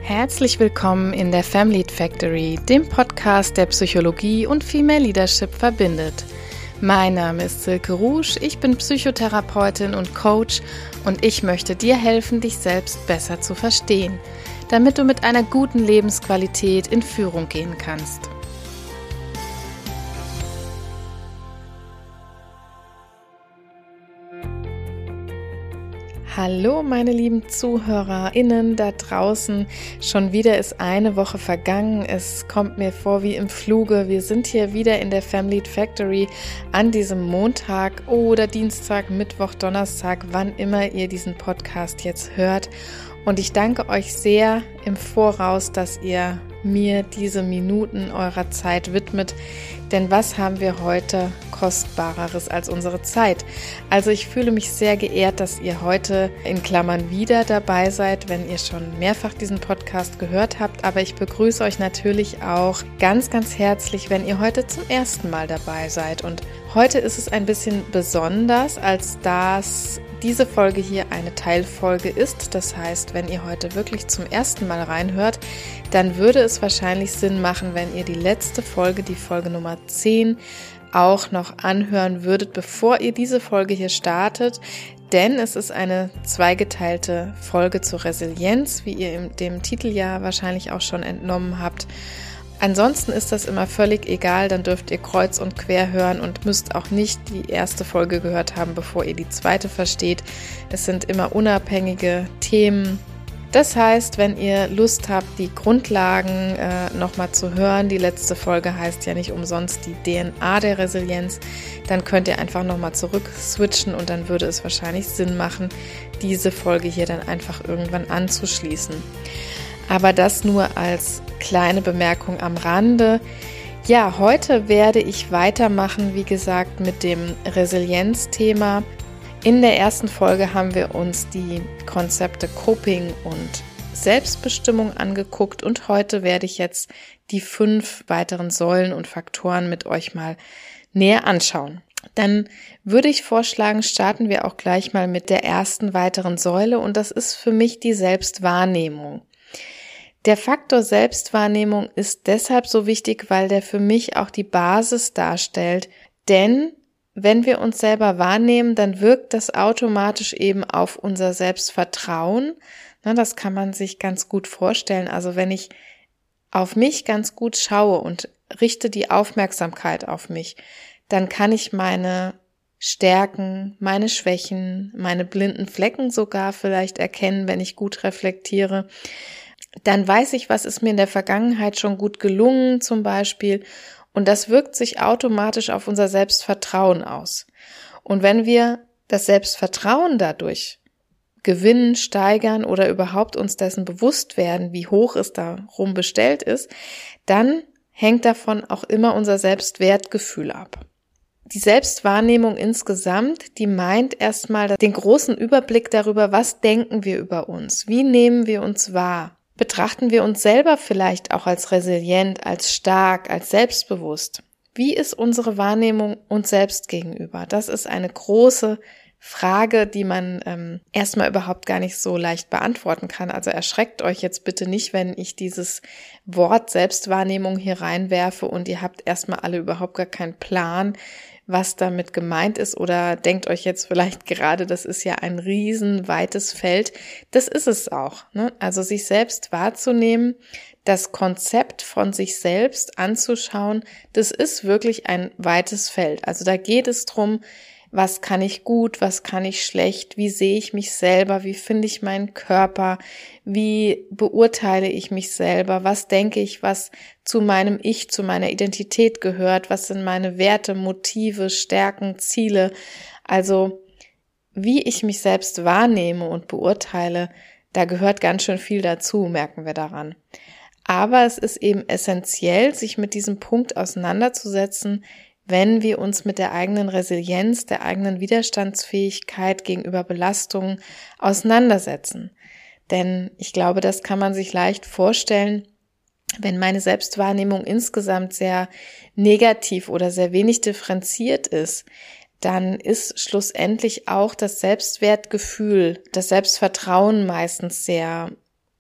Herzlich willkommen in der Family Factory, dem Podcast, der Psychologie und Female Leadership verbindet. Mein Name ist Silke Rusch, ich bin Psychotherapeutin und Coach und ich möchte dir helfen, dich selbst besser zu verstehen, damit du mit einer guten Lebensqualität in Führung gehen kannst. Hallo meine lieben ZuhörerInnen da draußen, schon wieder ist eine Woche vergangen, es kommt mir vor wie im Fluge, wir sind hier wieder in der Family Factory an diesem Montag oder Dienstag, Mittwoch, Donnerstag, wann immer ihr diesen Podcast jetzt hört und ich danke euch sehr im Voraus, dass ihr mir diese Minuten eurer Zeit widmet, denn was haben wir heute Kostbareres als unsere Zeit? Also ich fühle mich sehr geehrt, dass ihr heute in Klammern wieder dabei seid, wenn ihr schon mehrfach diesen Podcast gehört habt, aber ich begrüße euch natürlich auch ganz, ganz herzlich, wenn ihr heute zum ersten Mal dabei seid und heute ist es ein bisschen besonders, als dass diese Folge hier eine Teilfolge ist. Das heißt, wenn ihr heute wirklich zum ersten Mal reinhört, dann würde es wahrscheinlich Sinn machen, wenn ihr die letzte Folge, die Folge Nummer 10, auch noch anhören würdet, bevor ihr diese Folge hier startet. Denn es ist eine zweigeteilte Folge zur Resilienz, wie ihr in dem Titel ja wahrscheinlich auch schon entnommen habt. Ansonsten ist das immer völlig egal, dann dürft ihr kreuz und quer hören und müsst auch nicht die erste Folge gehört haben, bevor ihr die zweite versteht. Es sind immer unabhängige Themen. Das heißt, wenn ihr Lust habt, die Grundlagen nochmal zu hören, die letzte Folge heißt ja nicht umsonst die DNA der Resilienz, dann könnt ihr einfach nochmal zurück switchen und dann würde es wahrscheinlich Sinn machen, diese Folge hier dann einfach irgendwann anzuschließen. Aber das nur als kleine Bemerkung am Rande. Ja, heute werde ich weitermachen, wie gesagt, mit dem Resilienzthema. In der ersten Folge haben wir uns die Konzepte Coping und Selbstbestimmung angeguckt und heute werde ich jetzt die 5 weiteren Säulen und Faktoren mit euch mal näher anschauen. Dann würde ich vorschlagen, starten wir auch gleich mal mit der ersten weiteren Säule und das ist für mich die Selbstwahrnehmung. Der Faktor Selbstwahrnehmung ist deshalb so wichtig, weil der für mich auch die Basis darstellt, denn wenn wir uns selber wahrnehmen, dann wirkt das automatisch eben auf unser Selbstvertrauen. Das kann man sich ganz gut vorstellen. Also wenn ich auf mich ganz gut schaue und richte die Aufmerksamkeit auf mich, dann kann ich meine Stärken, meine Schwächen, meine blinden Flecken sogar vielleicht erkennen, wenn ich gut reflektiere. Dann weiß ich, was ist mir in der Vergangenheit schon gut gelungen zum Beispiel und das wirkt sich automatisch auf unser Selbstvertrauen aus. Und wenn wir das Selbstvertrauen dadurch gewinnen, steigern oder überhaupt uns dessen bewusst werden, wie hoch es darum bestellt ist, dann hängt davon auch immer unser Selbstwertgefühl ab. Die Selbstwahrnehmung insgesamt, die meint erstmal den großen Überblick darüber, was denken wir über uns, wie nehmen wir uns wahr. Betrachten wir uns selber vielleicht auch als resilient, als stark, als selbstbewusst? Wie ist unsere Wahrnehmung uns selbst gegenüber? Das ist eine große Frage, die man erstmal überhaupt gar nicht so leicht beantworten kann. Also erschreckt euch jetzt bitte nicht, wenn ich dieses Wort Selbstwahrnehmung hier reinwerfe und ihr habt erstmal alle überhaupt gar keinen Plan, was damit gemeint ist oder denkt euch jetzt vielleicht gerade, das ist ja ein riesen weites Feld. Das ist es auch, ne? Also sich selbst wahrzunehmen, das Konzept von sich selbst anzuschauen, das ist wirklich ein weites Feld. Also da geht es drum, was kann ich gut, was kann ich schlecht, wie sehe ich mich selber, wie finde ich meinen Körper, wie beurteile ich mich selber, was denke ich, was zu meinem Ich, zu meiner Identität gehört, was sind meine Werte, Motive, Stärken, Ziele, also wie ich mich selbst wahrnehme und beurteile, da gehört ganz schön viel dazu, merken wir daran. Aber es ist eben essentiell, sich mit diesem Punkt auseinanderzusetzen, wenn wir uns mit der eigenen Resilienz, der eigenen Widerstandsfähigkeit gegenüber Belastungen auseinandersetzen. Denn ich glaube, das kann man sich leicht vorstellen, wenn meine Selbstwahrnehmung insgesamt sehr negativ oder sehr wenig differenziert ist, dann ist schlussendlich auch das Selbstwertgefühl, das Selbstvertrauen meistens sehr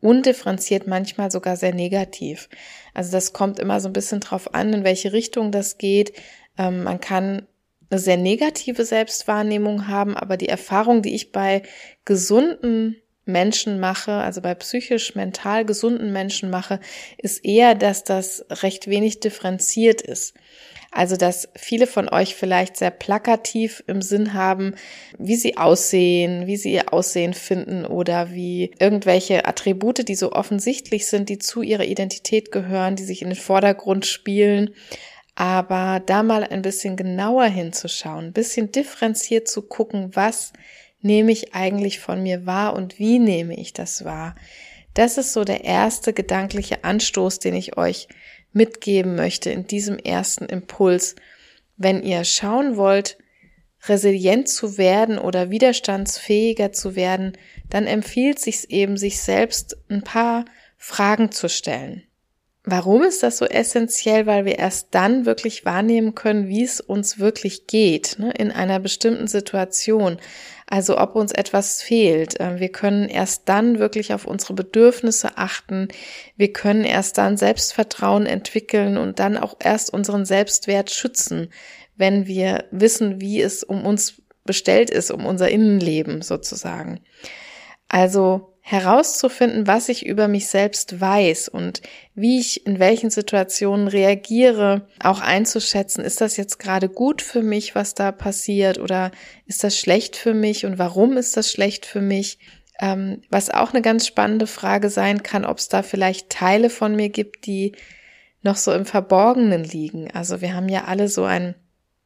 undifferenziert, manchmal sogar sehr negativ. Also das kommt immer so ein bisschen drauf an, in welche Richtung das geht. Man kann eine sehr negative Selbstwahrnehmung haben, aber die Erfahrung, die ich bei gesunden Menschen mache, also bei psychisch, mental gesunden Menschen mache, ist eher, dass das recht wenig differenziert ist. Also, dass viele von euch vielleicht sehr plakativ im Sinn haben, wie sie aussehen, wie sie ihr Aussehen finden oder wie irgendwelche Attribute, die so offensichtlich sind, die zu ihrer Identität gehören, die sich in den Vordergrund spielen. Aber da mal ein bisschen genauer hinzuschauen, ein bisschen differenziert zu gucken, was nehme ich eigentlich von mir wahr und wie nehme ich das wahr. Das ist so der erste gedankliche Anstoß, den ich euch mitgeben möchte in diesem ersten Impuls. Wenn ihr schauen wollt, resilient zu werden oder widerstandsfähiger zu werden, dann empfiehlt sich's eben, sich selbst ein paar Fragen zu stellen. Warum ist das so essentiell? Weil wir erst dann wirklich wahrnehmen können, wie es uns wirklich geht, in einer bestimmten Situation. Also ob uns etwas fehlt. Wir können erst dann wirklich auf unsere Bedürfnisse achten. Wir können erst dann Selbstvertrauen entwickeln und dann auch erst unseren Selbstwert schützen, wenn wir wissen, wie es um uns bestellt ist, um unser Innenleben sozusagen. Also herauszufinden, was ich über mich selbst weiß und wie ich in welchen Situationen reagiere, auch einzuschätzen, ist das jetzt gerade gut für mich, was da passiert, oder ist das schlecht für mich und warum ist das schlecht für mich? Was auch eine ganz spannende Frage sein kann, ob es da vielleicht Teile von mir gibt, die noch so im Verborgenen liegen. Also wir haben ja alle so einen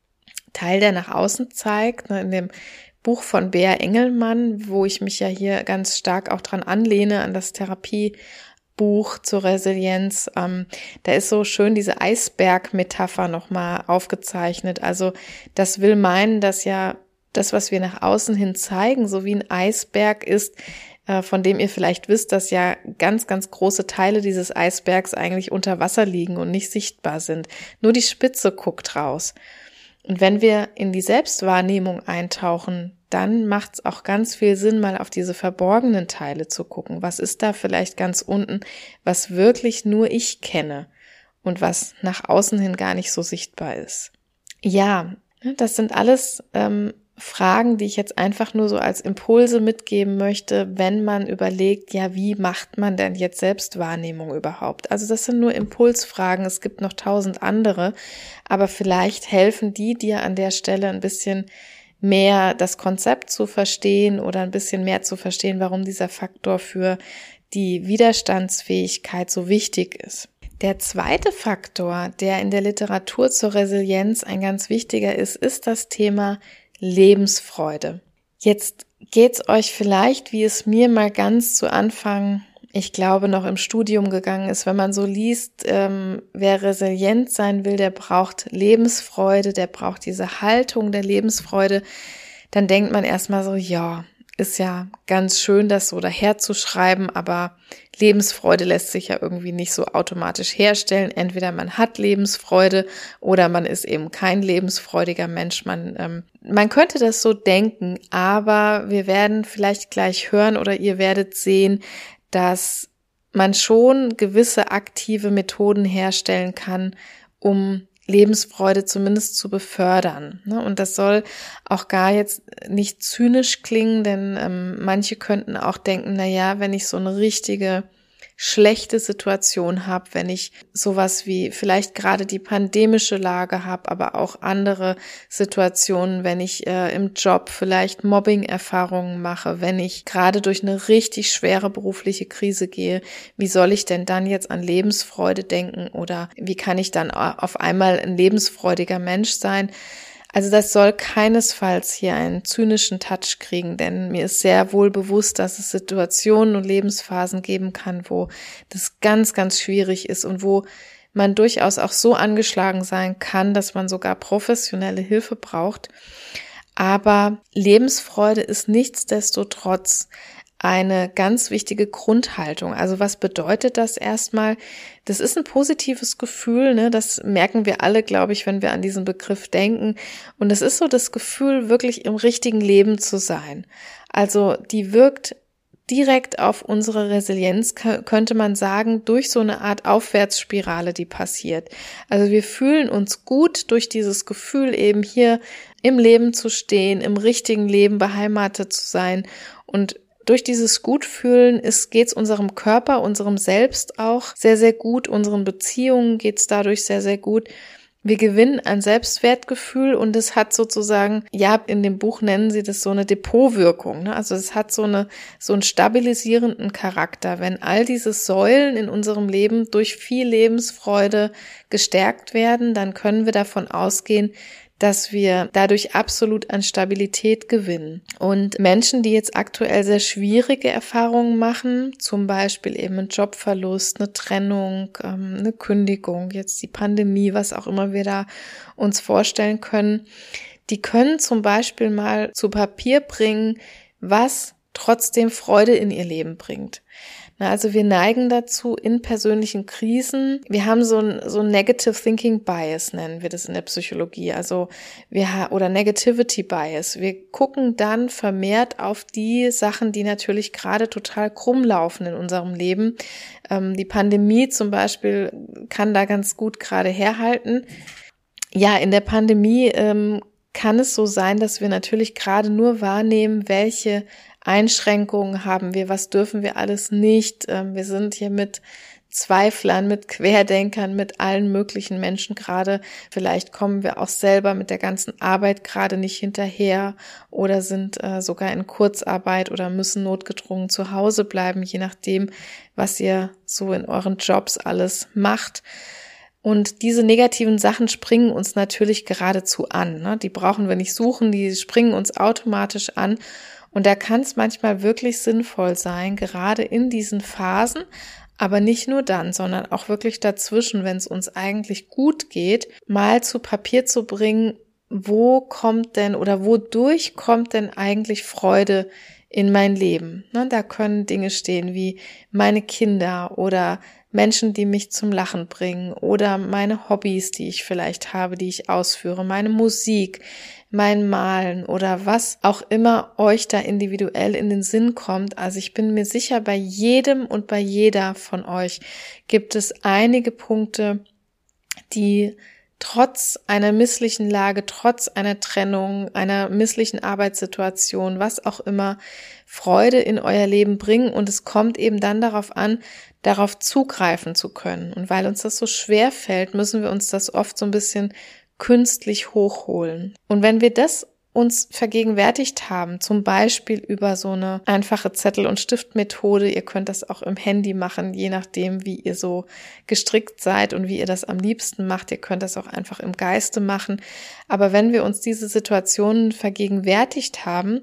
Teil, der nach außen zeigt, in dem Buch von Bea Engelmann, wo ich mich ja hier ganz stark auch dran anlehne, an das Therapiebuch zur Resilienz. Da ist so schön diese Eisberg-Metapher nochmal aufgezeichnet. Also das will meinen, dass ja das, was wir nach außen hin zeigen, so wie ein Eisberg ist, von dem ihr vielleicht wisst, dass ja ganz, ganz große Teile dieses Eisbergs eigentlich unter Wasser liegen und nicht sichtbar sind. Nur die Spitze guckt raus. Und wenn wir in die Selbstwahrnehmung eintauchen, dann macht es auch ganz viel Sinn, mal auf diese verborgenen Teile zu gucken. Was ist da vielleicht ganz unten, was wirklich nur ich kenne und was nach außen hin gar nicht so sichtbar ist? Ja, das sind alles Fragen, die ich jetzt einfach nur so als Impulse mitgeben möchte, wenn man überlegt, ja, wie macht man denn jetzt Selbstwahrnehmung überhaupt? Also das sind nur Impulsfragen, es gibt noch 1000 andere, aber vielleicht helfen die dir an der Stelle ein bisschen mehr das Konzept zu verstehen oder ein bisschen mehr zu verstehen, warum dieser Faktor für die Widerstandsfähigkeit so wichtig ist. Der zweite Faktor, der in der Literatur zur Resilienz ein ganz wichtiger ist, ist das Thema Lebensfreude. Jetzt geht's euch vielleicht, wie es mir mal ganz zu Anfang, ich glaube, noch im Studium gegangen ist, wenn man so liest, wer resilient sein will, der braucht Lebensfreude, der braucht diese Haltung der Lebensfreude, dann denkt man erstmal so, ja, ist ja ganz schön, das so daherzuschreiben, aber Lebensfreude lässt sich ja irgendwie nicht so automatisch herstellen. Entweder man hat Lebensfreude oder man ist eben kein lebensfreudiger Mensch. Man könnte das so denken, aber wir werden vielleicht gleich hören oder ihr werdet sehen, dass man schon gewisse aktive Methoden herstellen kann, um Lebensfreude zumindest zu befördern. Und das soll auch gar jetzt nicht zynisch klingen, denn manche könnten auch denken, na ja, wenn ich so eine richtige schlechte Situation habe, wenn ich sowas wie vielleicht gerade die pandemische Lage habe, aber auch andere Situationen, wenn ich im Job vielleicht Mobbing-Erfahrungen mache, wenn ich gerade durch eine richtig schwere berufliche Krise gehe, wie soll ich denn dann jetzt an Lebensfreude denken oder wie kann ich dann auf einmal ein lebensfreudiger Mensch sein? Also das soll keinesfalls hier einen zynischen Touch kriegen, denn mir ist sehr wohl bewusst, dass es Situationen und Lebensphasen geben kann, wo das ganz, ganz schwierig ist und wo man durchaus auch so angeschlagen sein kann, dass man sogar professionelle Hilfe braucht. Aber Lebensfreude ist nichtsdestotrotz eine ganz wichtige Grundhaltung. Also was bedeutet das erstmal? Das ist ein positives Gefühl, ne? Das merken wir alle, glaube ich, wenn wir an diesen Begriff denken. Und es ist so das Gefühl, wirklich im richtigen Leben zu sein. Also die wirkt direkt auf unsere Resilienz, könnte man sagen, durch so eine Art Aufwärtsspirale, die passiert. Also wir fühlen uns gut durch dieses Gefühl, eben hier im Leben zu stehen, im richtigen Leben beheimatet zu sein. Und durch dieses Gutfühlen geht's unserem Körper, unserem Selbst auch sehr, sehr gut. Unseren Beziehungen geht's dadurch sehr, sehr gut. Wir gewinnen ein Selbstwertgefühl und es hat sozusagen, ja, in dem Buch nennen sie das so eine Depotwirkung, ne? Also es hat so einen stabilisierenden Charakter. Wenn all diese Säulen in unserem Leben durch viel Lebensfreude gestärkt werden, dann können wir davon ausgehen, dass wir dadurch absolut an Stabilität gewinnen. Und Menschen, die jetzt aktuell sehr schwierige Erfahrungen machen, zum Beispiel eben einen Jobverlust, eine Trennung, eine Kündigung, jetzt die Pandemie, was auch immer wir da uns vorstellen können, die können zum Beispiel mal zu Papier bringen, was trotzdem Freude in ihr Leben bringt. Also wir neigen dazu in persönlichen Krisen, wir haben so ein Negative Thinking Bias, nennen wir das in der Psychologie, also oder Negativity Bias. Wir gucken dann vermehrt auf die Sachen, die natürlich gerade total krumm laufen in unserem Leben. Die Pandemie zum Beispiel kann da ganz gut gerade herhalten. Ja, in der Pandemie kann es so sein, dass wir natürlich gerade nur wahrnehmen, welche Einschränkungen haben wir, was dürfen wir alles nicht. Wir sind hier mit Zweiflern, mit Querdenkern, mit allen möglichen Menschen gerade. Vielleicht kommen wir auch selber mit der ganzen Arbeit gerade nicht hinterher oder sind sogar in Kurzarbeit oder müssen notgedrungen zu Hause bleiben, je nachdem, was ihr so in euren Jobs alles macht. Und diese negativen Sachen springen uns natürlich geradezu an, ne? Die brauchen wir nicht suchen, die springen uns automatisch an. Und da kann es manchmal wirklich sinnvoll sein, gerade in diesen Phasen, aber nicht nur dann, sondern auch wirklich dazwischen, wenn es uns eigentlich gut geht, mal zu Papier zu bringen, wodurch kommt denn eigentlich Freude in mein Leben? Da können Dinge stehen wie meine Kinder oder Menschen, die mich zum Lachen bringen oder meine Hobbys, die ich vielleicht habe, die ich ausführe, meine Musik, mein Malen oder was auch immer euch da individuell in den Sinn kommt. Also ich bin mir sicher, bei jedem und bei jeder von euch gibt es einige Punkte, die trotz einer misslichen Lage, trotz einer Trennung, einer misslichen Arbeitssituation, was auch immer, Freude in euer Leben bringen. Und es kommt eben dann darauf an, darauf zugreifen zu können. Und weil uns das so schwer fällt, müssen wir uns das oft so ein bisschen künstlich hochholen. Und wenn wir das uns vergegenwärtigt haben, zum Beispiel über so eine einfache Zettel- und Stiftmethode, ihr könnt das auch im Handy machen, je nachdem, wie ihr so gestrickt seid und wie ihr das am liebsten macht. Ihr könnt das auch einfach im Geiste machen. Aber wenn wir uns diese Situationen vergegenwärtigt haben,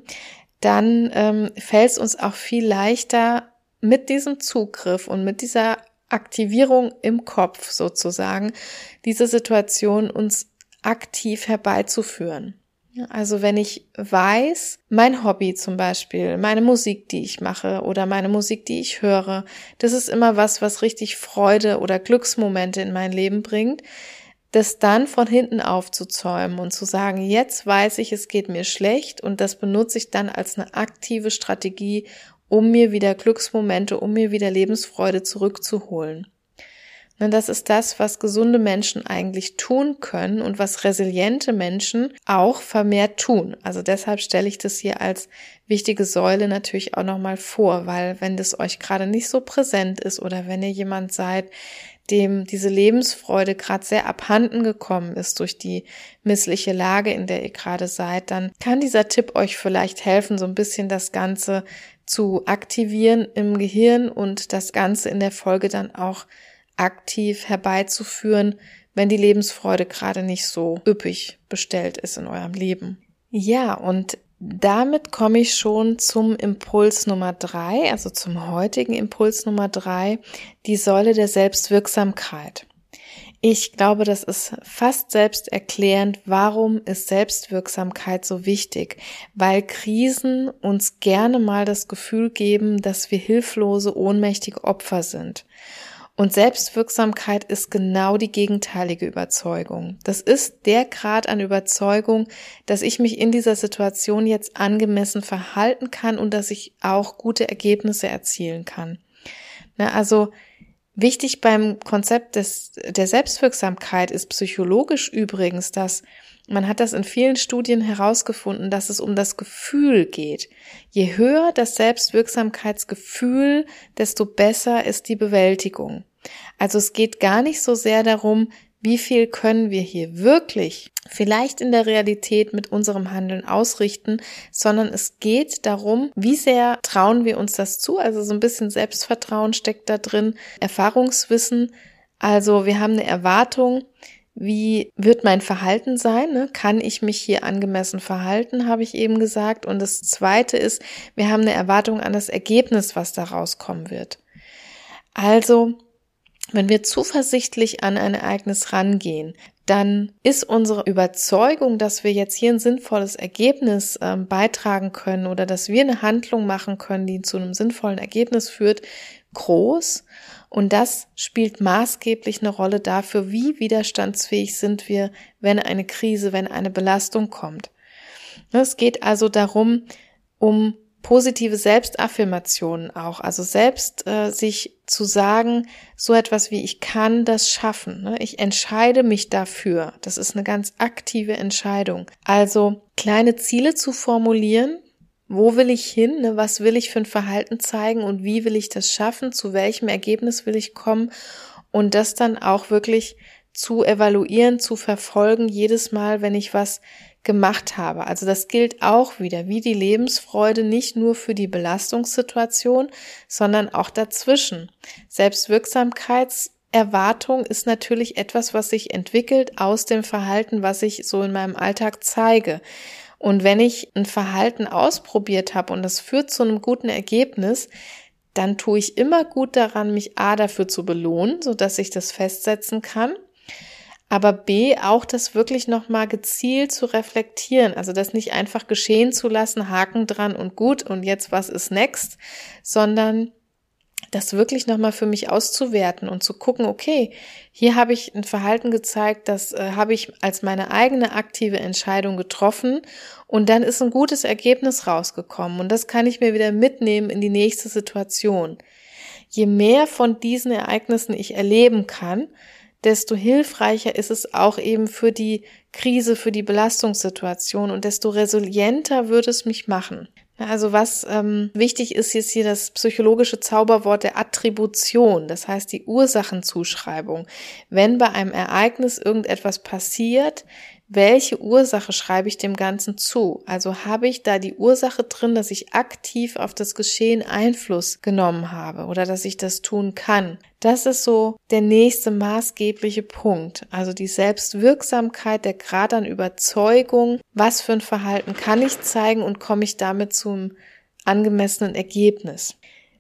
dann fällt es uns auch viel leichter, mit diesem Zugriff und mit dieser Aktivierung im Kopf sozusagen, diese Situation uns aktiv herbeizuführen. Also wenn ich weiß, mein Hobby zum Beispiel, meine Musik, die ich mache oder meine Musik, die ich höre, das ist immer was richtig Freude oder Glücksmomente in mein Leben bringt, das dann von hinten aufzuzäumen und zu sagen, jetzt weiß ich, es geht mir schlecht und das benutze ich dann als eine aktive Strategie, um mir wieder Glücksmomente, um mir wieder Lebensfreude zurückzuholen. Und das ist das, was gesunde Menschen eigentlich tun können und was resiliente Menschen auch vermehrt tun. Also deshalb stelle ich das hier als wichtige Säule natürlich auch nochmal vor, weil wenn das euch gerade nicht so präsent ist oder wenn ihr jemand seid, dem diese Lebensfreude gerade sehr abhanden gekommen ist durch die missliche Lage, in der ihr gerade seid, dann kann dieser Tipp euch vielleicht helfen, so ein bisschen das Ganze zu aktivieren im Gehirn und das Ganze in der Folge dann auch aktiv herbeizuführen, wenn die Lebensfreude gerade nicht so üppig bestellt ist in eurem Leben. Ja, und damit komme ich schon zum Impuls Nummer 3, also zum heutigen Impuls Nummer 3, die Säule der Selbstwirksamkeit. Ich glaube, das ist fast selbsterklärend. Warum ist Selbstwirksamkeit so wichtig? Weil Krisen uns gerne mal das Gefühl geben, dass wir hilflose, ohnmächtige Opfer sind. Und Selbstwirksamkeit ist genau die gegenteilige Überzeugung. Das ist der Grad an Überzeugung, dass ich mich in dieser Situation jetzt angemessen verhalten kann und dass ich auch gute Ergebnisse erzielen kann. Also wichtig beim Konzept der Selbstwirksamkeit ist psychologisch übrigens, dass man hat das in vielen Studien herausgefunden, dass es um das Gefühl geht. Je höher das Selbstwirksamkeitsgefühl, desto besser ist die Bewältigung. Also es geht gar nicht so sehr darum, wie viel können wir hier wirklich vielleicht in der Realität mit unserem Handeln ausrichten, sondern es geht darum, wie sehr trauen wir uns das zu. Also so ein bisschen Selbstvertrauen steckt da drin, Erfahrungswissen. Also wir haben eine Erwartung, wie wird mein Verhalten sein? Kann ich mich hier angemessen verhalten, habe ich eben gesagt. Und das Zweite ist, wir haben eine Erwartung an das Ergebnis, was da rauskommen wird. Also, wenn wir zuversichtlich an ein Ereignis rangehen, dann ist unsere Überzeugung, dass wir jetzt hier ein sinnvolles Ergebnis beitragen können oder dass wir eine Handlung machen können, die zu einem sinnvollen Ergebnis führt, groß. Und das spielt maßgeblich eine Rolle dafür, wie widerstandsfähig sind wir, wenn eine Krise, wenn eine Belastung kommt. Es geht also darum, um positive Selbstaffirmationen auch, also selbst sich zu sagen, so etwas wie ich kann das schaffen, ich entscheide mich dafür, das ist eine ganz aktive Entscheidung. Also kleine Ziele zu formulieren, wo will ich hin, was will ich für ein Verhalten zeigen und wie will ich das schaffen, zu welchem Ergebnis will ich kommen und das dann auch wirklich zu evaluieren, zu verfolgen, jedes Mal, wenn ich was gemacht habe. Also das gilt auch wieder wie die Lebensfreude nicht nur für die Belastungssituation, sondern auch dazwischen. Selbstwirksamkeitserwartung ist natürlich etwas, was sich entwickelt aus dem Verhalten, was ich so in meinem Alltag zeige. Und wenn ich ein Verhalten ausprobiert habe und das führt zu einem guten Ergebnis, dann tue ich immer gut daran, mich dafür zu belohnen, sodass ich das festsetzen kann. Aber B, auch das wirklich nochmal gezielt zu reflektieren, also das nicht einfach geschehen zu lassen, Haken dran und gut und jetzt was ist next, sondern das wirklich nochmal für mich auszuwerten und zu gucken, okay, hier habe ich ein Verhalten gezeigt, das habe ich als meine eigene aktive Entscheidung getroffen und dann ist ein gutes Ergebnis rausgekommen und das kann ich mir wieder mitnehmen in die nächste Situation. Je mehr von diesen Ereignissen ich erleben kann, desto hilfreicher ist es auch eben für die Krise, für die Belastungssituation und desto resilienter wird es mich machen. Also was wichtig ist jetzt hier das psychologische Zauberwort der Attribution, das heißt die Ursachenzuschreibung. Wenn bei einem Ereignis irgendetwas passiert, welche Ursache schreibe ich dem Ganzen zu? Also habe ich da die Ursache drin, dass ich aktiv auf das Geschehen Einfluss genommen habe oder dass ich das tun kann? Das ist so der nächste maßgebliche Punkt. Also die Selbstwirksamkeit, der Grad an Überzeugung, was für ein Verhalten kann ich zeigen und komme ich damit zum angemessenen Ergebnis.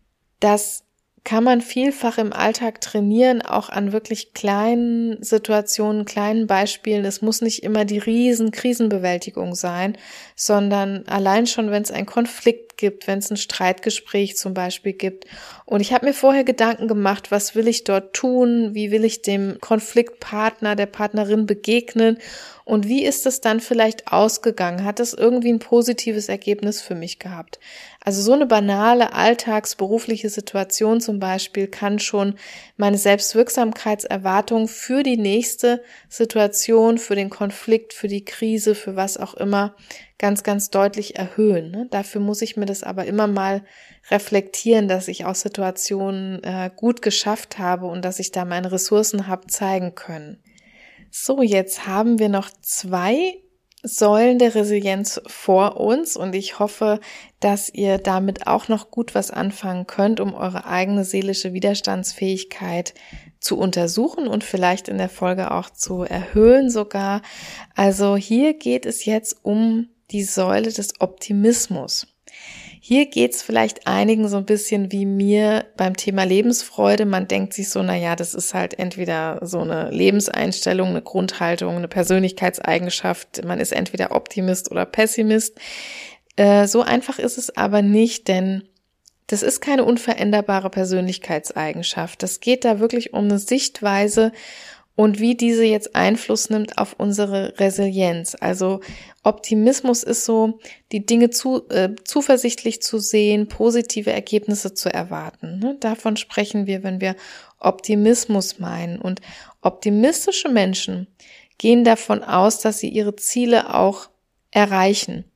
Das kann man vielfach im Alltag trainieren, auch an wirklich kleinen Situationen, kleinen Beispielen. Es muss nicht immer die riesen Krisenbewältigung sein, sondern allein schon, wenn es einen Konflikt gibt, wenn es ein Streitgespräch zum Beispiel gibt. Und ich habe mir vorher Gedanken gemacht, was will ich dort tun, wie will ich dem Konfliktpartner, der Partnerin begegnen und wie ist es dann vielleicht ausgegangen? Hat es irgendwie ein positives Ergebnis für mich gehabt? Also so eine banale alltagsberufliche Situation zum Beispiel kann schon meine Selbstwirksamkeitserwartung für die nächste Situation, für den Konflikt, für die Krise, für was auch immer ganz, ganz deutlich erhöhen. Dafür muss ich mir das aber immer mal reflektieren, dass ich auch Situationen gut geschafft habe und dass ich da meine Ressourcen habe zeigen können. So, jetzt haben wir noch 2 Säulen der Resilienz vor uns und ich hoffe, dass ihr damit auch noch gut was anfangen könnt, um eure eigene seelische Widerstandsfähigkeit zu untersuchen und vielleicht in der Folge auch zu erhöhen sogar. Also hier geht es jetzt um die Säule des Optimismus. Hier geht's vielleicht einigen so ein bisschen wie mir beim Thema Lebensfreude. Man denkt sich so, das ist halt entweder so eine Lebenseinstellung, eine Grundhaltung, eine Persönlichkeitseigenschaft. Man ist entweder Optimist oder Pessimist. So einfach ist es aber nicht, denn Das ist keine unveränderbare Persönlichkeitseigenschaft. Das geht da wirklich um eine Sichtweise und wie diese jetzt Einfluss nimmt auf unsere Resilienz. Also Optimismus ist so, die Dinge zuversichtlich zu sehen, positive Ergebnisse zu erwarten. Ne? Davon sprechen wir, wenn wir Optimismus meinen. Und optimistische Menschen gehen davon aus, dass sie ihre Ziele auch erreichen.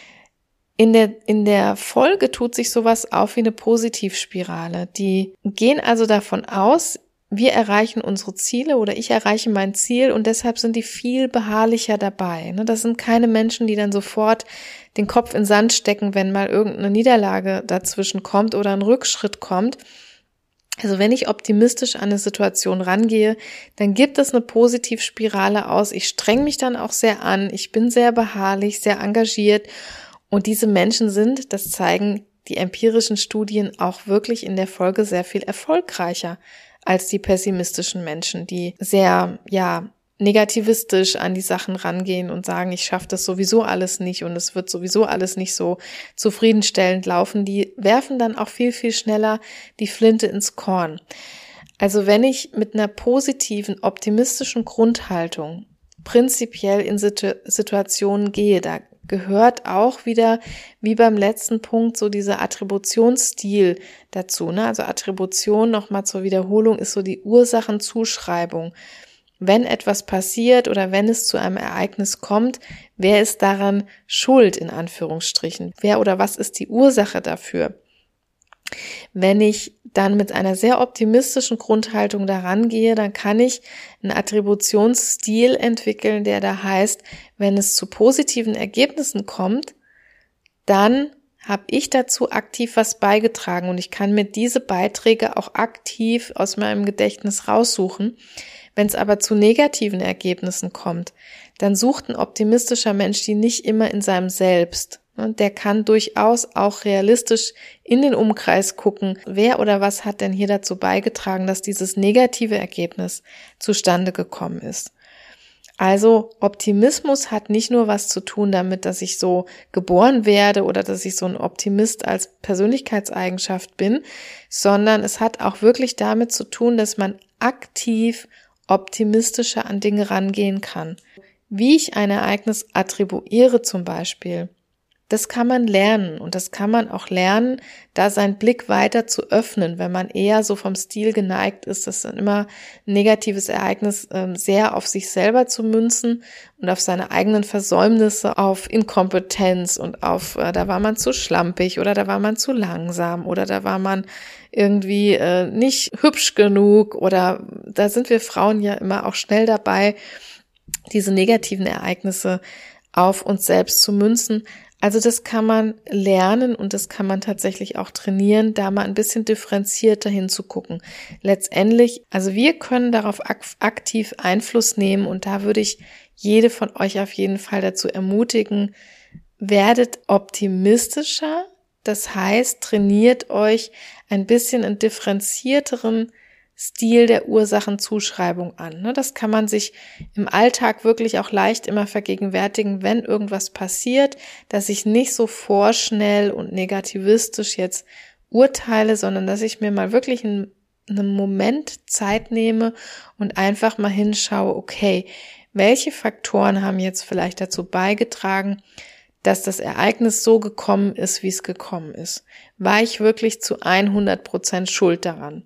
In der Folge tut sich sowas auf wie eine Positivspirale. Die gehen also davon aus, wir erreichen unsere Ziele oder ich erreiche mein Ziel und deshalb sind die viel beharrlicher dabei. Das sind keine Menschen, die dann sofort den Kopf in den Sand stecken, wenn mal irgendeine Niederlage dazwischen kommt oder ein Rückschritt kommt. Also wenn ich optimistisch an eine Situation rangehe, dann gibt es eine Positivspirale aus. Ich streng mich dann auch sehr an, ich bin sehr beharrlich, sehr engagiert und diese Menschen sind, das zeigen die empirischen Studien, auch wirklich in der Folge sehr viel erfolgreicher als die pessimistischen Menschen, die sehr, negativistisch an die Sachen rangehen und sagen, ich schaffe das sowieso alles nicht und es wird sowieso alles nicht so zufriedenstellend laufen. Die werfen dann auch viel, viel schneller die Flinte ins Korn. Also wenn ich mit einer positiven, optimistischen Grundhaltung prinzipiell in Situationen gehe, da gehört auch wieder, wie beim letzten Punkt, so dieser Attributionsstil dazu. Also Attribution, nochmal zur Wiederholung, ist so die Ursachenzuschreibung. Wenn etwas passiert oder wenn es zu einem Ereignis kommt, wer ist daran schuld, in Anführungsstrichen? Wer oder was ist die Ursache dafür? Wenn ich dann mit einer sehr optimistischen Grundhaltung daran gehe, dann kann ich einen Attributionsstil entwickeln, der da heißt, wenn es zu positiven Ergebnissen kommt, dann habe ich dazu aktiv was beigetragen und ich kann mir diese Beiträge auch aktiv aus meinem Gedächtnis raussuchen. Wenn es aber zu negativen Ergebnissen kommt, dann sucht ein optimistischer Mensch die nicht immer in seinem Selbst. Und der kann durchaus auch realistisch in den Umkreis gucken, wer oder was hat denn hier dazu beigetragen, dass dieses negative Ergebnis zustande gekommen ist. Also Optimismus hat nicht nur was zu tun damit, dass ich so geboren werde oder dass ich so ein Optimist als Persönlichkeitseigenschaft bin, sondern es hat auch wirklich damit zu tun, dass man aktiv optimistischer an Dinge rangehen kann. Wie ich ein Ereignis attribuiere zum Beispiel, das kann man lernen und das kann man auch lernen, da seinen Blick weiter zu öffnen, wenn man eher so vom Stil geneigt ist, das dann immer ein negatives Ereignis sehr auf sich selber zu münzen und auf seine eigenen Versäumnisse, auf Inkompetenz und auf, da war man zu schlampig oder da war man zu langsam oder da war man irgendwie nicht hübsch genug oder da sind wir Frauen ja immer auch schnell dabei, diese negativen Ereignisse auf uns selbst zu münzen. Also das kann man lernen und das kann man tatsächlich auch trainieren, da mal ein bisschen differenzierter hinzugucken. Letztendlich, also wir können darauf aktiv Einfluss nehmen und da würde ich jede von euch auf jeden Fall dazu ermutigen, werdet optimistischer, das heißt, trainiert euch ein bisschen einen differenzierteren Stil der Ursachenzuschreibung an. Das kann man sich im Alltag wirklich auch leicht immer vergegenwärtigen, wenn irgendwas passiert, dass ich nicht so vorschnell und negativistisch jetzt urteile, sondern dass ich mir mal wirklich einen Moment Zeit nehme und einfach mal hinschaue, okay, welche Faktoren haben jetzt vielleicht dazu beigetragen, dass das Ereignis so gekommen ist, wie es gekommen ist? War ich wirklich zu 100% schuld daran?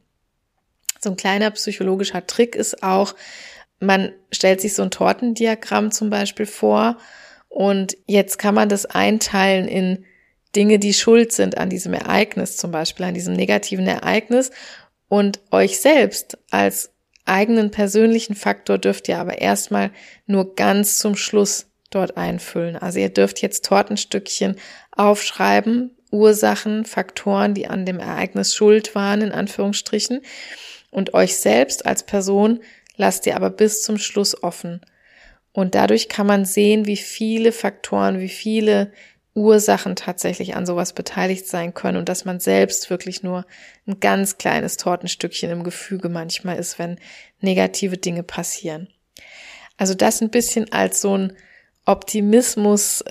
So ein kleiner psychologischer Trick ist auch, man stellt sich so ein Tortendiagramm zum Beispiel vor und jetzt kann man das einteilen in Dinge, die schuld sind an diesem Ereignis, zum Beispiel an diesem negativen Ereignis und euch selbst als eigenen persönlichen Faktor dürft ihr aber erstmal nur ganz zum Schluss dort einfüllen. Also ihr dürft jetzt Tortenstückchen aufschreiben, Ursachen, Faktoren, die an dem Ereignis schuld waren, in Anführungsstrichen. Und euch selbst als Person lasst ihr aber bis zum Schluss offen. Und dadurch kann man sehen, wie viele Faktoren, wie viele Ursachen tatsächlich an sowas beteiligt sein können und dass man selbst wirklich nur ein ganz kleines Tortenstückchen im Gefüge manchmal ist, wenn negative Dinge passieren. Also das ein bisschen als so ein Optimismus,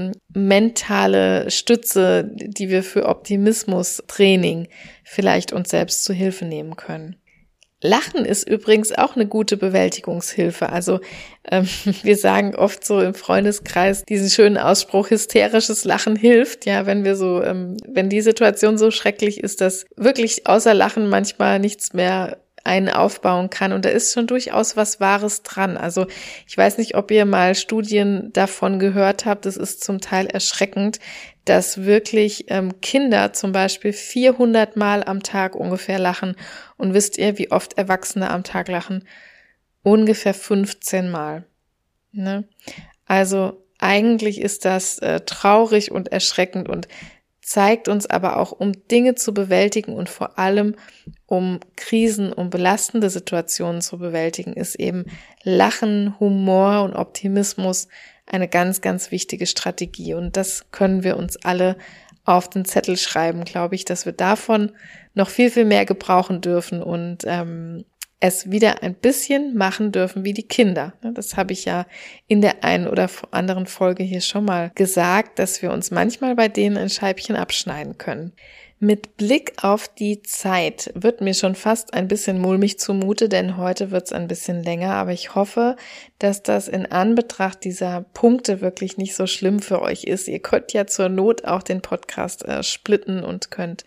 mentale Stütze, die wir für Optimismus-Training vielleicht uns selbst zu Hilfe nehmen können. Lachen ist übrigens auch eine gute Bewältigungshilfe. Also wir sagen oft so im Freundeskreis diesen schönen Ausspruch, hysterisches Lachen hilft. Ja, wenn wir so, wenn die Situation so schrecklich ist, dass wirklich außer Lachen manchmal nichts mehr einen aufbauen kann. Und da ist schon durchaus was Wahres dran. Also ich weiß nicht, ob ihr mal Studien davon gehört habt. Es ist zum Teil erschreckend, dass wirklich Kinder zum Beispiel 400 Mal am Tag ungefähr lachen. Und wisst ihr, wie oft Erwachsene am Tag lachen? Ungefähr 15 Mal. Ne? Also eigentlich ist das traurig und erschreckend und zeigt uns aber auch, um Dinge zu bewältigen und vor allem um Krisen, um belastende Situationen zu bewältigen, ist eben Lachen, Humor und Optimismus eine ganz, ganz wichtige Strategie. Und das können wir uns alle auf den Zettel schreiben, glaube ich, dass wir davon noch viel, viel mehr gebrauchen dürfen und es wieder ein bisschen machen dürfen wie die Kinder. Das habe ich ja in der einen oder anderen Folge hier schon mal gesagt, dass wir uns manchmal bei denen ein Scheibchen abschneiden können. Mit Blick auf die Zeit wird mir schon fast ein bisschen mulmig zumute, denn heute wird es ein bisschen länger, aber ich hoffe, dass das in Anbetracht dieser Punkte wirklich nicht so schlimm für euch ist. Ihr könnt ja zur Not auch den Podcast splitten und könnt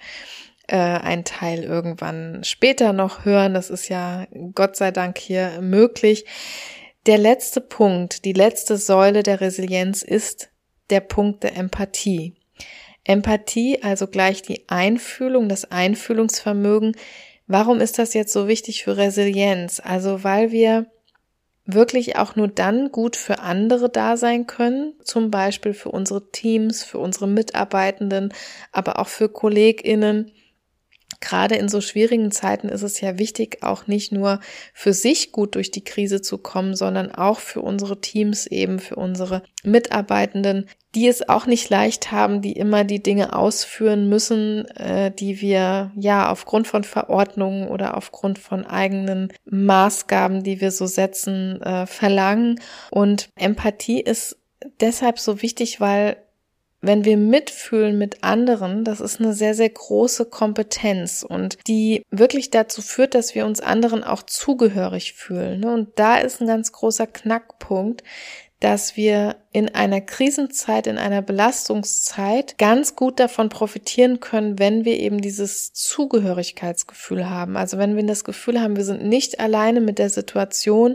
ein Teil irgendwann später noch hören. Das ist ja Gott sei Dank hier möglich. Der letzte Punkt, die letzte Säule der Resilienz ist der Punkt der Empathie. Empathie, also gleich die Einfühlung, das Einfühlungsvermögen. Warum ist das jetzt so wichtig für Resilienz? Also weil wir wirklich auch nur dann gut für andere da sein können, zum Beispiel für unsere Teams, für unsere Mitarbeitenden, aber auch für KollegInnen. Gerade in so schwierigen Zeiten ist es ja wichtig, auch nicht nur für sich gut durch die Krise zu kommen, sondern auch für unsere Teams eben, für unsere Mitarbeitenden, die es auch nicht leicht haben, die immer die Dinge ausführen müssen, die wir ja aufgrund von Verordnungen oder aufgrund von eigenen Maßgaben, die wir so setzen, verlangen. Und Empathie ist deshalb so wichtig, weil wenn wir mitfühlen mit anderen, das ist eine sehr, sehr große Kompetenz und die wirklich dazu führt, dass wir uns anderen auch zugehörig fühlen. Und da ist ein ganz großer Knackpunkt, dass wir in einer Krisenzeit, in einer Belastungszeit ganz gut davon profitieren können, wenn wir eben dieses Zugehörigkeitsgefühl haben. Also wenn wir das Gefühl haben, wir sind nicht alleine mit der Situation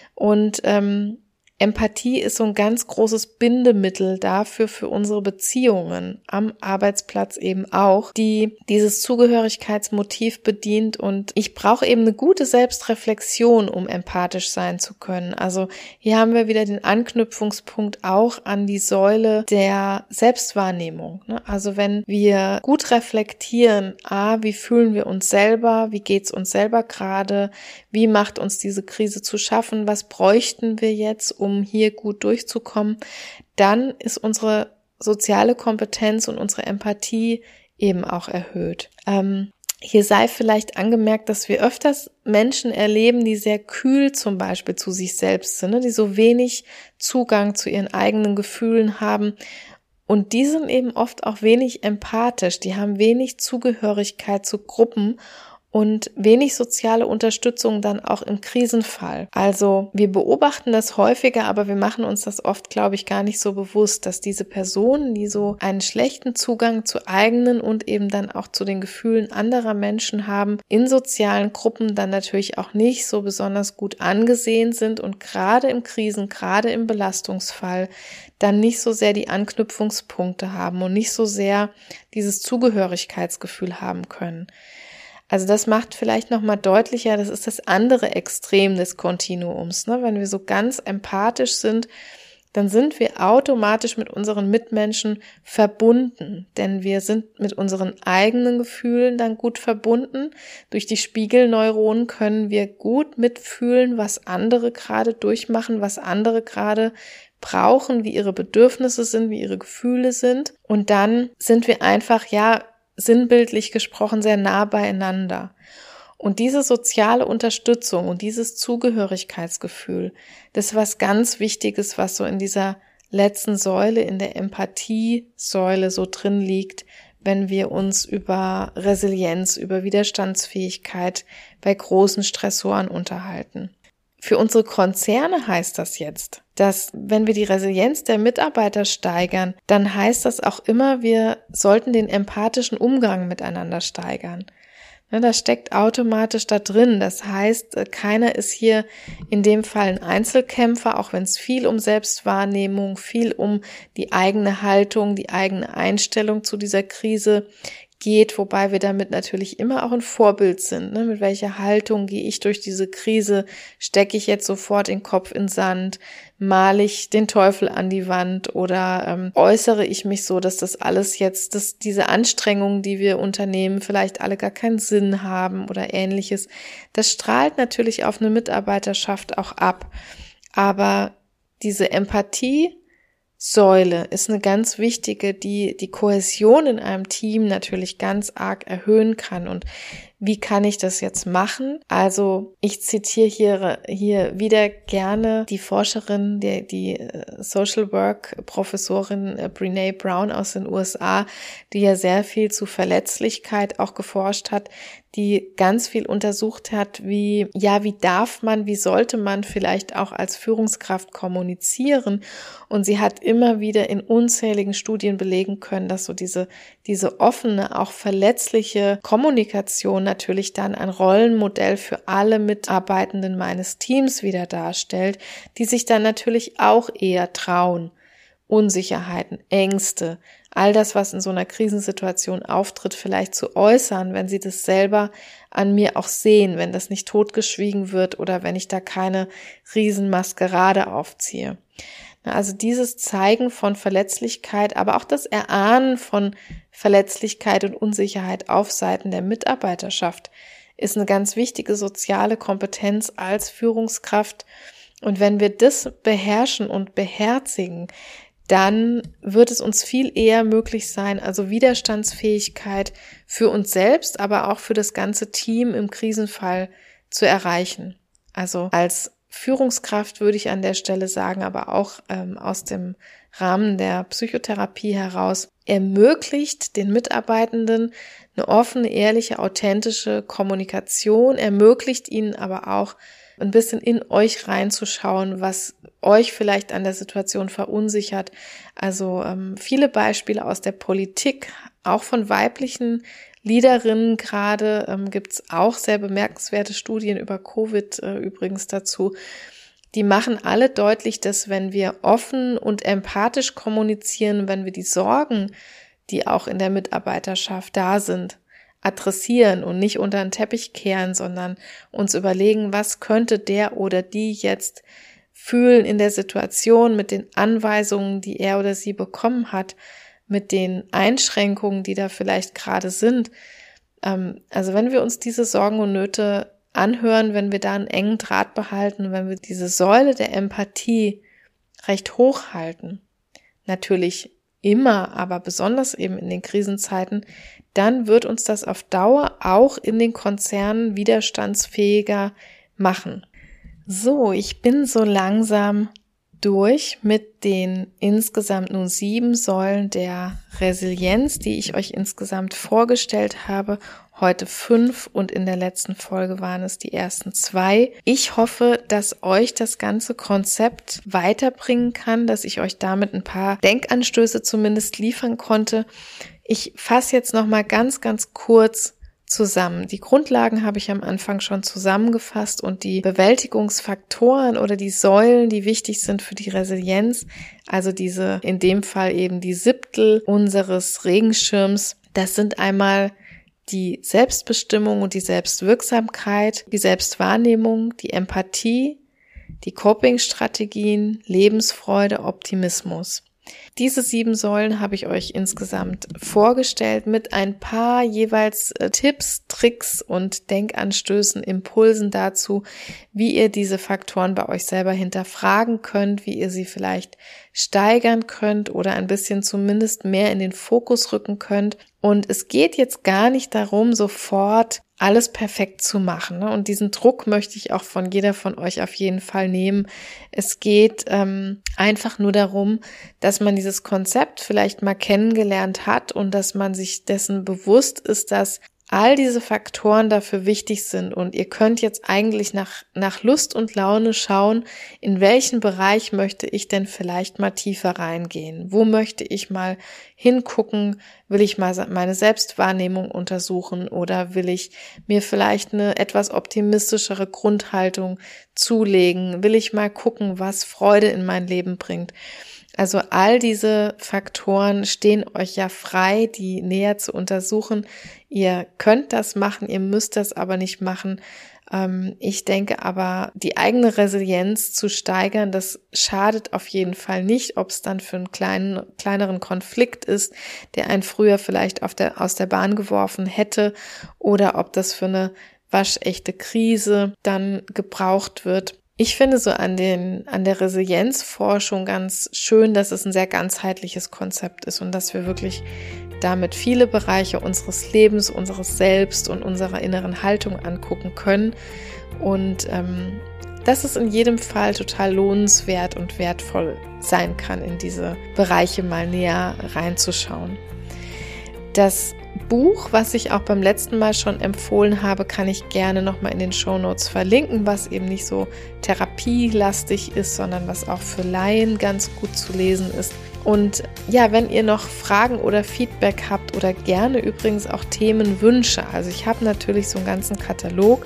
und Empathie ist so ein ganz großes Bindemittel dafür für unsere Beziehungen am Arbeitsplatz eben auch, die dieses Zugehörigkeitsmotiv bedient und ich brauche eben eine gute Selbstreflexion, um empathisch sein zu können. Also hier haben wir wieder den Anknüpfungspunkt auch an die Säule der Selbstwahrnehmung. Also wenn wir gut reflektieren, wie fühlen wir uns selber, wie geht's uns selber gerade, wie macht uns diese Krise zu schaffen, was bräuchten wir jetzt, um hier gut durchzukommen, dann ist unsere soziale Kompetenz und unsere Empathie eben auch erhöht. Hier sei vielleicht angemerkt, dass wir öfters Menschen erleben, die sehr kühl zum Beispiel zu sich selbst sind, die so wenig Zugang zu ihren eigenen Gefühlen haben. Und die sind eben oft auch wenig empathisch, die haben wenig Zugehörigkeit zu Gruppen und wenig soziale Unterstützung dann auch im Krisenfall. Also wir beobachten das häufiger, aber wir machen uns das oft, glaube ich, gar nicht so bewusst, dass diese Personen, die so einen schlechten Zugang zu eigenen und eben dann auch zu den Gefühlen anderer Menschen haben, in sozialen Gruppen dann natürlich auch nicht so besonders gut angesehen sind und gerade im gerade im Belastungsfall dann nicht so sehr die Anknüpfungspunkte haben und nicht so sehr dieses Zugehörigkeitsgefühl haben können. Also das macht vielleicht nochmal deutlicher, das ist das andere Extrem des Kontinuums. Wenn wir so ganz empathisch sind, dann sind wir automatisch mit unseren Mitmenschen verbunden, denn wir sind mit unseren eigenen Gefühlen dann gut verbunden. Durch die Spiegelneuronen können wir gut mitfühlen, was andere gerade durchmachen, was andere gerade brauchen, wie ihre Bedürfnisse sind, wie ihre Gefühle sind. Und dann sind wir einfach, sinnbildlich gesprochen, sehr nah beieinander. Und diese soziale Unterstützung und dieses Zugehörigkeitsgefühl, das ist was ganz Wichtiges, was so in dieser letzten Säule, in der Empathie-Säule so drin liegt, wenn wir uns über Resilienz, über Widerstandsfähigkeit bei großen Stressoren unterhalten. Für unsere Konzerne heißt das jetzt, dass wenn wir die Resilienz der Mitarbeiter steigern, dann heißt das auch immer, wir sollten den empathischen Umgang miteinander steigern. Das steckt automatisch da drin. Das heißt, keiner ist hier in dem Fall ein Einzelkämpfer, auch wenn es viel um Selbstwahrnehmung, viel um die eigene Haltung, die eigene Einstellung zu dieser Krise geht, wobei wir damit natürlich immer auch ein Vorbild sind. Mit welcher Haltung gehe ich durch diese Krise? Stecke ich jetzt sofort den Kopf in Sand? Male ich den Teufel an die Wand? Oder äußere ich mich so, dass das alles jetzt, dass diese Anstrengungen, die wir unternehmen, vielleicht alle gar keinen Sinn haben oder Ähnliches? Das strahlt natürlich auf eine Mitarbeiterschaft auch ab. Aber diese Empathie Säule ist eine ganz wichtige, die die Kohäsion in einem Team natürlich ganz arg erhöhen kann. Und wie kann ich das jetzt machen? Also ich zitiere hier wieder gerne die Forscherin, die Social Work Professorin Brené Brown aus den USA, die ja sehr viel zu Verletzlichkeit auch geforscht hat, die ganz viel untersucht hat, wie sollte man vielleicht auch als Führungskraft kommunizieren. Und sie hat immer wieder in unzähligen Studien belegen können, dass so diese offene, auch verletzliche Kommunikation natürlich dann ein Rollenmodell für alle Mitarbeitenden meines Teams wieder darstellt, die sich dann natürlich auch eher trauen. Unsicherheiten, Ängste, all das, was in so einer Krisensituation auftritt, vielleicht zu äußern, wenn sie das selber an mir auch sehen, wenn das nicht totgeschwiegen wird oder wenn ich da keine Riesenmaskerade aufziehe. Also dieses Zeigen von Verletzlichkeit, aber auch das Erahnen von Verletzlichkeit und Unsicherheit auf Seiten der Mitarbeiterschaft ist eine ganz wichtige soziale Kompetenz als Führungskraft. Und wenn wir das beherrschen und beherzigen, dann wird es uns viel eher möglich sein, also Widerstandsfähigkeit für uns selbst, aber auch für das ganze Team im Krisenfall zu erreichen. Also als Führungskraft würde ich an der Stelle sagen, aber auch aus dem Rahmen der Psychotherapie heraus, ermöglicht den Mitarbeitenden eine offene, ehrliche, authentische Kommunikation, ermöglicht ihnen aber auch ein bisschen in euch reinzuschauen, was euch vielleicht an der Situation verunsichert. Also viele Beispiele aus der Politik, auch von weiblichen Leaderinnen gerade, gibt's auch sehr bemerkenswerte Studien über Covid übrigens dazu. Die machen alle deutlich, dass wenn wir offen und empathisch kommunizieren, wenn wir die Sorgen, die auch in der Mitarbeiterschaft da sind, adressieren und nicht unter den Teppich kehren, sondern uns überlegen, was könnte der oder die jetzt fühlen in der Situation mit den Anweisungen, die er oder sie bekommen hat, mit den Einschränkungen, die da vielleicht gerade sind. Also wenn wir uns diese Sorgen und Nöte anhören, wenn wir da einen engen Draht behalten, wenn wir diese Säule der Empathie recht hoch halten, natürlich immer, aber besonders eben in den Krisenzeiten, dann wird uns das auf Dauer auch in den Konzernen widerstandsfähiger machen. So, ich bin so langsam durch mit den insgesamt nun 7 Säulen der Resilienz, die ich euch insgesamt vorgestellt habe. Heute 5 und in der letzten Folge waren es die ersten 2. Ich hoffe, dass euch das ganze Konzept weiterbringen kann, dass ich euch damit ein paar Denkanstöße zumindest liefern konnte. Ich fasse jetzt nochmal ganz kurz zusammen. Die Grundlagen habe ich am Anfang schon zusammengefasst und die Bewältigungsfaktoren oder die Säulen, die wichtig sind für die Resilienz, also diese, in dem Fall eben die Siebtel unseres Regenschirms, das sind einmal die Selbstbestimmung und die Selbstwirksamkeit, die Selbstwahrnehmung, die Empathie, die Coping-Strategien, Lebensfreude, Optimismus. Diese 7 Säulen habe ich euch insgesamt vorgestellt mit ein paar jeweils Tipps, Tricks und Denkanstößen, Impulsen dazu, wie ihr diese Faktoren bei euch selber hinterfragen könnt, wie ihr sie vielleicht steigern könnt oder ein bisschen zumindest mehr in den Fokus rücken könnt. Und es geht jetzt gar nicht darum, sofort alles perfekt zu machen. Ne? Und diesen Druck möchte ich auch von jeder von euch auf jeden Fall nehmen. Es geht einfach nur darum, dass man dieses Konzept vielleicht mal kennengelernt hat und dass man sich dessen bewusst ist, dass all diese Faktoren dafür wichtig sind und ihr könnt jetzt eigentlich nach Lust und Laune schauen, in welchen Bereich möchte ich denn vielleicht mal tiefer reingehen? Wo möchte ich mal hingucken? Will ich mal meine Selbstwahrnehmung untersuchen oder will ich mir vielleicht eine etwas optimistischere Grundhaltung zulegen? Will ich mal gucken, was Freude in mein Leben bringt? Also all diese Faktoren stehen euch ja frei, die näher zu untersuchen. Ihr könnt das machen, ihr müsst das aber nicht machen. Ich denke aber, die eigene Resilienz zu steigern, das schadet auf jeden Fall nicht, ob es dann für einen kleineren Konflikt ist, der einen früher vielleicht aus der Bahn geworfen hätte, oder ob das für eine waschechte Krise dann gebraucht wird. Ich finde so an der Resilienzforschung ganz schön, dass es ein sehr ganzheitliches Konzept ist und dass wir wirklich damit viele Bereiche unseres Lebens, unseres Selbst und unserer inneren Haltung angucken können und dass es in jedem Fall total lohnenswert und wertvoll sein kann, in diese Bereiche mal näher reinzuschauen. Das Buch, was ich auch beim letzten Mal schon empfohlen habe, kann ich gerne nochmal in den Shownotes verlinken, was eben nicht so therapielastig ist, sondern was auch für Laien ganz gut zu lesen ist. Und ja, wenn ihr noch Fragen oder Feedback habt oder gerne übrigens auch Themenwünsche, also ich habe natürlich so einen ganzen Katalog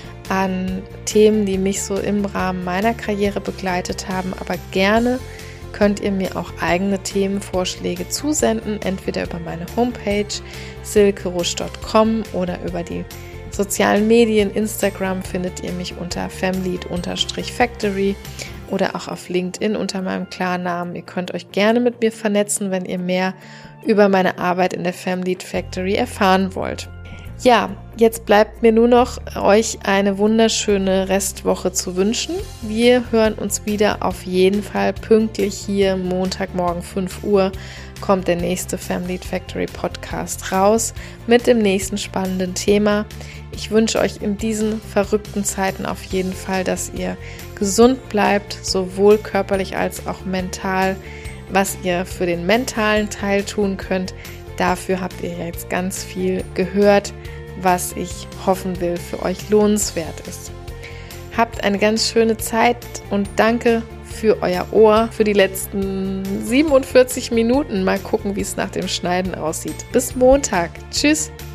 an Themen, die mich so im Rahmen meiner Karriere begleitet haben, aber gerne könnt ihr mir auch eigene Themenvorschläge zusenden, entweder über meine Homepage silkerusch.com oder über die sozialen Medien. Instagram findet ihr mich unter family_factory oder auch auf LinkedIn unter meinem Klarnamen. Ihr könnt euch gerne mit mir vernetzen, wenn ihr mehr über meine Arbeit in der Family Factory erfahren wollt. Ja, jetzt bleibt mir nur noch, euch eine wunderschöne Restwoche zu wünschen. Wir hören uns wieder auf jeden Fall pünktlich hier. Montagmorgen 5 Uhr kommt der nächste Family Factory Podcast raus mit dem nächsten spannenden Thema. Ich wünsche euch in diesen verrückten Zeiten auf jeden Fall, dass ihr gesund bleibt, sowohl körperlich als auch mental. Was ihr für den mentalen Teil tun könnt, dafür habt ihr jetzt ganz viel gehört, was ich hoffen will für euch lohnenswert ist. Habt eine ganz schöne Zeit und danke für euer Ohr, für die letzten 47 Minuten. Mal gucken, wie es nach dem Schneiden aussieht. Bis Montag. Tschüss.